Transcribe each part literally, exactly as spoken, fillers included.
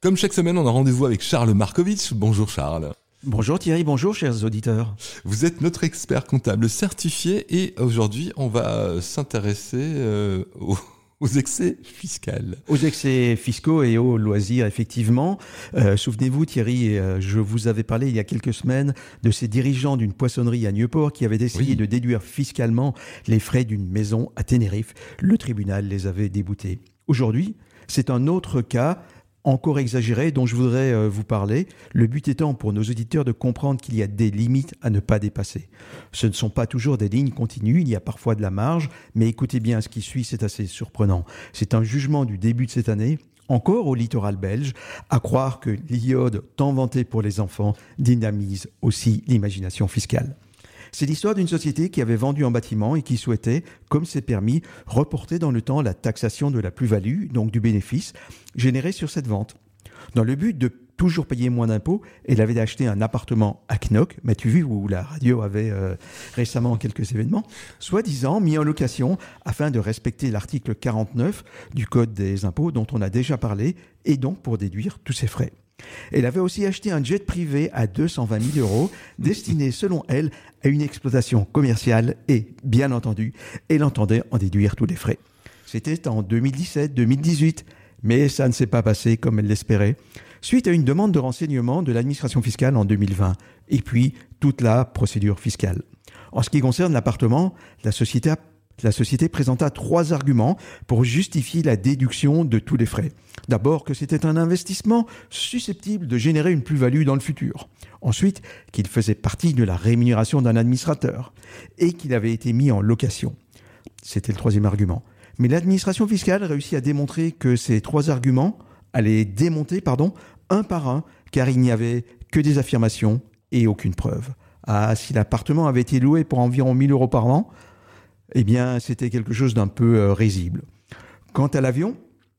Comme chaque semaine, on a rendez-vous avec Charles Markovitch. Bonjour Charles. Bonjour Thierry, bonjour chers auditeurs. Vous êtes notre expert comptable certifié et aujourd'hui, on va s'intéresser euh, aux, aux excès fiscaux. Aux excès fiscaux et aux loisirs, effectivement. Euh, souvenez-vous Thierry, euh, je vous avais parlé il y a quelques semaines de ces dirigeants d'une poissonnerie à Nieuport qui avaient décidé Oui. de déduire fiscalement les frais d'une maison à Tenerife. Le tribunal les avait déboutés. Aujourd'hui, c'est un autre cas encore exagéré dont je voudrais euh, vous parler, le but étant pour nos auditeurs de comprendre qu'il y a des limites à ne pas dépasser. Ce ne sont pas toujours des lignes continues, il y a parfois de la marge, mais écoutez bien ce qui suit, c'est assez surprenant. C'est un jugement du début de cette année, encore au littoral belge, à croire que l'iode tant vanté pour les enfants dynamise aussi l'imagination fiscale. C'est l'histoire d'une société qui avait vendu un bâtiment et qui souhaitait, comme c'est permis, reporter dans le temps la taxation de la plus-value, donc du bénéfice, généré sur cette vente. Dans le but de toujours payer moins d'impôts, elle avait acheté un appartement à Knock, m'as-tu vu, où la radio avait euh, récemment quelques événements, soi-disant mis en location afin de respecter l'article quarante-neuf du Code des impôts dont on a déjà parlé, et donc pour déduire tous ses frais. Elle avait aussi acheté un jet privé à deux cent vingt mille euros, destiné, selon elle, à une exploitation commerciale et, bien entendu, elle entendait en déduire tous les frais. C'était en deux mille dix-sept deux mille dix-huit, mais ça ne s'est pas passé comme elle l'espérait, suite à une demande de renseignement de l'administration fiscale en deux mille vingt, et puis toute la procédure fiscale. En ce qui concerne l'appartement, la société a La société présenta trois arguments pour justifier la déduction de tous les frais. D'abord, que c'était un investissement susceptible de générer une plus-value dans le futur. Ensuite, qu'il faisait partie de la rémunération d'un administrateur et qu'il avait été mis en location. C'était le troisième argument. Mais l'administration fiscale réussit à démontrer que ces trois arguments, à les démonter, pardon, un par un, car il n'y avait que des affirmations et aucune preuve. Ah, si l'appartement avait été loué pour environ mille euros par an, eh bien, c'était quelque chose d'un peu euh, risible. Quant à l'avion,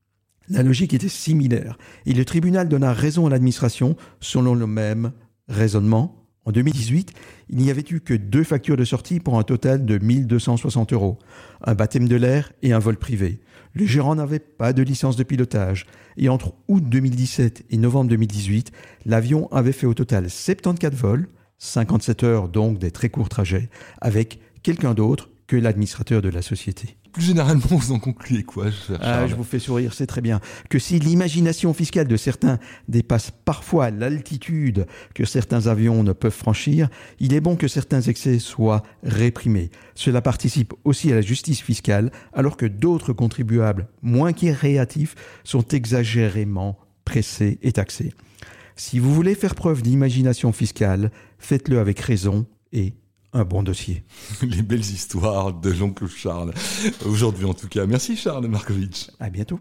la logique était similaire. Et le tribunal donna raison à l'administration selon le même raisonnement. En deux mille dix-huit, il n'y avait eu que deux factures de sortie pour un total de mille deux cent soixante euros. Un baptême de l'air et un vol privé. Le gérant n'avait pas de licence de pilotage. Et entre août deux mille dix-sept et novembre deux mille dix-huit, l'avion avait fait au total soixante-quatorze vols, cinquante-sept heures donc des très courts trajets, avec quelqu'un d'autre que l'administrateur de la société. Plus généralement, vous en concluez quoi, Charles ? Ah, je vous fais sourire, c'est très bien. Que si l'imagination fiscale de certains dépasse parfois l'altitude que certains avions ne peuvent franchir, il est bon que certains excès soient réprimés. Cela participe aussi à la justice fiscale, alors que d'autres contribuables moins créatifs sont exagérément pressés et taxés. Si vous voulez faire preuve d'imagination fiscale, faites-le avec raison et un bon dossier. Les belles histoires de l'oncle Charles. Aujourd'hui en tout cas. Merci Charles Markovitch. À bientôt.